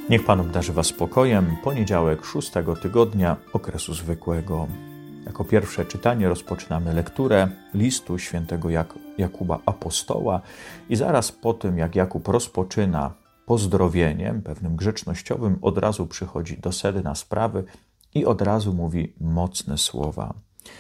Niech Pan obdarzy Was spokojem. Poniedziałek 6 tygodnia okresu zwykłego. Jako pierwsze czytanie rozpoczynamy lekturę listu świętego Jakuba Apostoła i zaraz po tym, jak Jakub rozpoczyna pozdrowieniem, pewnym grzecznościowym, od razu przychodzi do sedna sprawy i od razu mówi mocne słowa.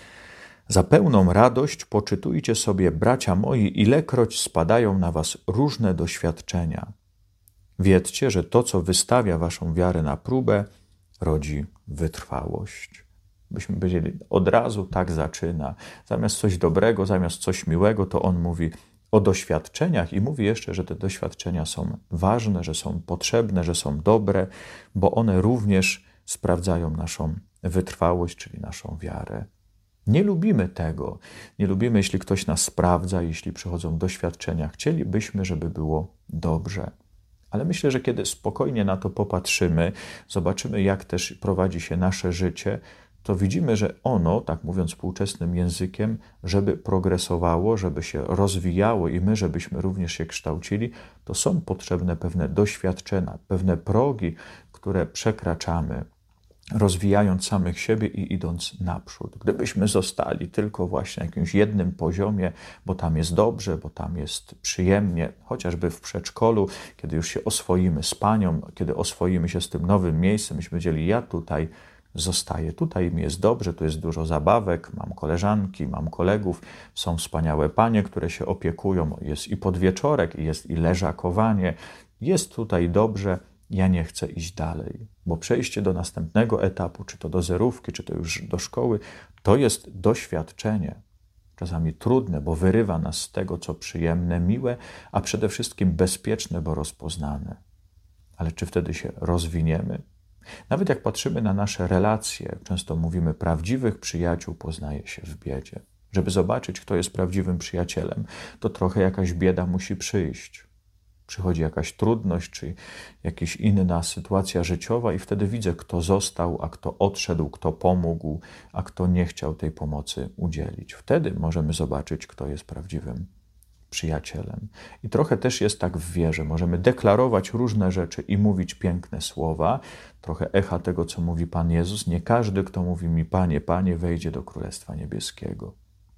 Za pełną radość poczytujcie sobie, bracia moi, ilekroć spadają na was różne doświadczenia. Wiedzcie, że to, co wystawia waszą wiarę na próbę, rodzi wytrwałość. Byśmy powiedzieli, od razu tak zaczyna. Zamiast coś dobrego, zamiast coś miłego, to on mówi o doświadczeniach i mówi jeszcze, że te doświadczenia są ważne, że są potrzebne, że są dobre, bo one również sprawdzają naszą wytrwałość, czyli naszą wiarę. Nie lubimy tego. Nie lubimy, jeśli ktoś nas sprawdza, jeśli przychodzą doświadczenia. Chcielibyśmy, żeby było dobrze. Ale myślę, że kiedy spokojnie na to popatrzymy, zobaczymy, jak też prowadzi się nasze życie, to widzimy, że ono, tak mówiąc współczesnym językiem, żeby progresowało, żeby się rozwijało i my, żebyśmy również się kształcili, to są potrzebne pewne doświadczenia, pewne progi, które przekraczamy, rozwijając samych siebie i idąc naprzód. Gdybyśmy zostali tylko właśnie na jakimś jednym poziomie, bo tam jest dobrze, bo tam jest przyjemnie, chociażby w przedszkolu, kiedy już się oswoimy z panią, kiedy oswoimy się z tym nowym miejscem, myśmy powiedzieli, ja tutaj zostaję, tutaj mi jest dobrze, tu jest dużo zabawek, mam koleżanki, mam kolegów, są wspaniałe panie, które się opiekują, jest i podwieczorek, jest i leżakowanie, jest tutaj dobrze, ja nie chcę iść dalej, bo przejście do następnego etapu, czy to do zerówki, czy to już do szkoły, to jest doświadczenie. Czasami trudne, bo wyrywa nas z tego, co przyjemne, miłe, a przede wszystkim bezpieczne, bo rozpoznane. Ale czy wtedy się rozwiniemy? Nawet jak patrzymy na nasze relacje, często mówimy, prawdziwych przyjaciół poznaje się w biedzie. Żeby zobaczyć, kto jest prawdziwym przyjacielem, to trochę jakaś bieda musi przyjść. Przychodzi jakaś trudność, czy jakaś inna sytuacja życiowa i wtedy widzę, kto został, a kto odszedł, kto pomógł, a kto nie chciał tej pomocy udzielić. Wtedy możemy zobaczyć, kto jest prawdziwym przyjacielem. I trochę też jest tak w wierze. Możemy deklarować różne rzeczy i mówić piękne słowa. Trochę echa tego, co mówi Pan Jezus. Nie każdy, kto mówi mi Panie, Panie, wejdzie do Królestwa Niebieskiego.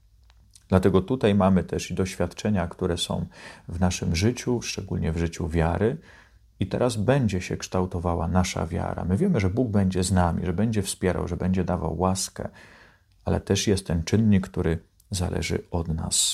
Dlatego tutaj mamy też i doświadczenia, które są w naszym życiu, szczególnie w życiu wiary. I teraz będzie się kształtowała nasza wiara. My wiemy, że Bóg będzie z nami, że będzie wspierał, że będzie dawał łaskę, ale też jest ten czynnik, który zależy od nas.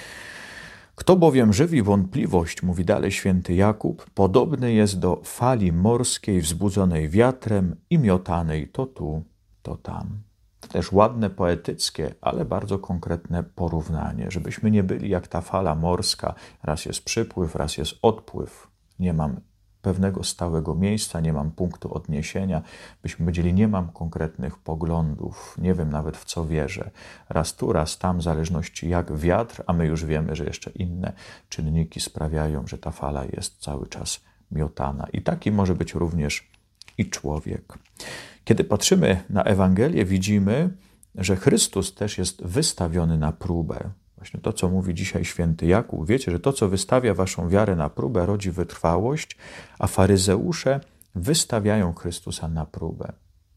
Kto bowiem żywi wątpliwość, mówi dalej święty Jakub, podobny jest do fali morskiej wzbudzonej wiatrem i miotanej to tu, to tam. Też ładne, poetyckie, ale bardzo konkretne porównanie, żebyśmy nie byli jak ta fala morska, raz jest przypływ, raz jest odpływ. Nie mam pewnego stałego miejsca, nie mam punktu odniesienia, byśmy powiedzieli, nie mam konkretnych poglądów, nie wiem nawet w co wierzę. Raz tu, raz tam, w zależności jak wiatr, a my już wiemy, że jeszcze inne czynniki sprawiają, że ta fala jest cały czas miotana. I taki może być również i człowiek. Kiedy patrzymy na Ewangelię, widzimy, że Chrystus też jest wystawiony na próbę. Właśnie to, co mówi dzisiaj święty Jakub. Wiecie, że to, co wystawia waszą wiarę na próbę, rodzi wytrwałość, a faryzeusze wystawiają Chrystusa na próbę.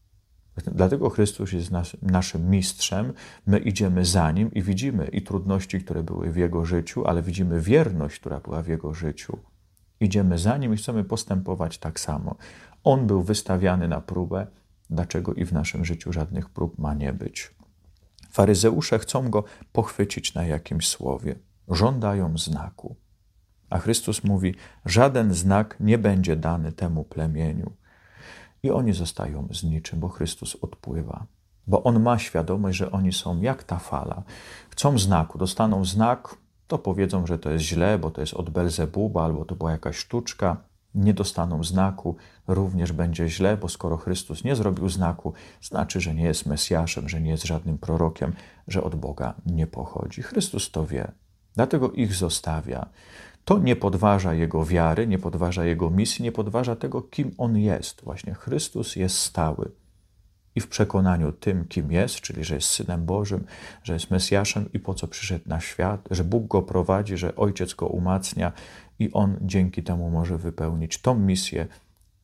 Dlatego Chrystus jest naszym mistrzem, my idziemy za Nim i widzimy i trudności, które były w Jego życiu, ale widzimy wierność, która była w Jego życiu. Idziemy za Nim i chcemy postępować tak samo. On był wystawiany na próbę, dlaczego i w naszym życiu żadnych prób ma nie być. Faryzeusze chcą Go pochwycić na jakimś słowie, żądają znaku. A Chrystus mówi, żaden znak nie będzie dany temu plemieniu. I oni zostają z niczym, bo Chrystus odpływa. Bo On ma świadomość, że oni są jak ta fala. Chcą znaku, dostaną znak, to powiedzą, że to jest źle, bo to jest od Belzebuba, albo to była jakaś sztuczka. Nie dostaną znaku, również będzie źle, bo skoro Chrystus nie zrobił znaku, znaczy, że nie jest Mesjaszem, że nie jest żadnym prorokiem, że od Boga nie pochodzi. Chrystus to wie, dlatego ich zostawia. To nie podważa Jego wiary, nie podważa Jego misji, nie podważa tego, kim On jest. Właśnie Chrystus jest stały. I w przekonaniu tym, kim jest, czyli że jest Synem Bożym, że jest Mesjaszem i po co przyszedł na świat, że Bóg Go prowadzi, że Ojciec Go umacnia i On dzięki temu może wypełnić tą misję,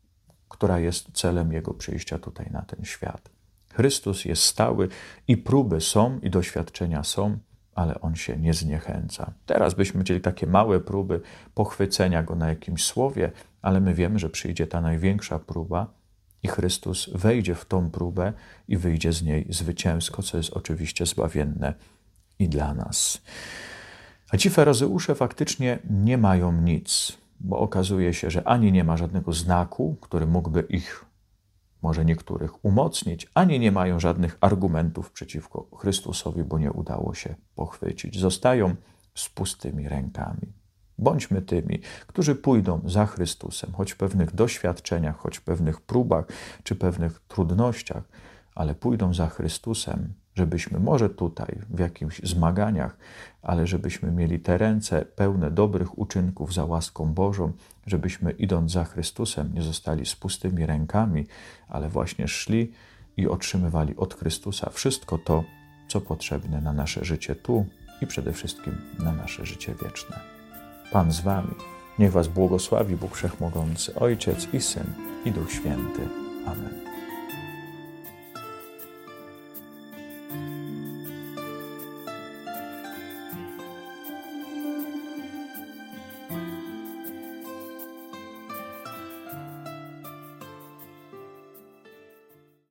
która jest celem Jego przyjścia tutaj na ten świat. Chrystus jest stały i próby są, i doświadczenia są, ale On się nie zniechęca. Teraz byśmy mieli takie małe próby pochwycenia Go na jakimś słowie, ale my wiemy, że przyjdzie ta największa próba i Chrystus wejdzie w tą próbę i wyjdzie z niej zwycięsko, co jest oczywiście zbawienne i dla nas. A ci faryzeusze faktycznie nie mają nic, bo okazuje się, że ani nie ma żadnego znaku, który mógłby ich, może niektórych, umocnić, ani nie mają żadnych argumentów przeciwko Chrystusowi, bo nie udało się pochwycić. Zostają z pustymi rękami. Bądźmy tymi, którzy pójdą za Chrystusem, choć w pewnych doświadczeniach, choć w pewnych próbach, czy pewnych trudnościach, ale pójdą za Chrystusem, żebyśmy może tutaj, w jakichś zmaganiach, ale żebyśmy mieli te ręce pełne dobrych uczynków za łaską Bożą, żebyśmy idąc za Chrystusem nie zostali z pustymi rękami, ale właśnie szli i otrzymywali od Chrystusa wszystko to, co potrzebne na nasze życie tu i przede wszystkim na nasze życie wieczne. Pan z wami. Niech was błogosławi Bóg Wszechmogący, Ojciec i Syn i Duch Święty. Amen.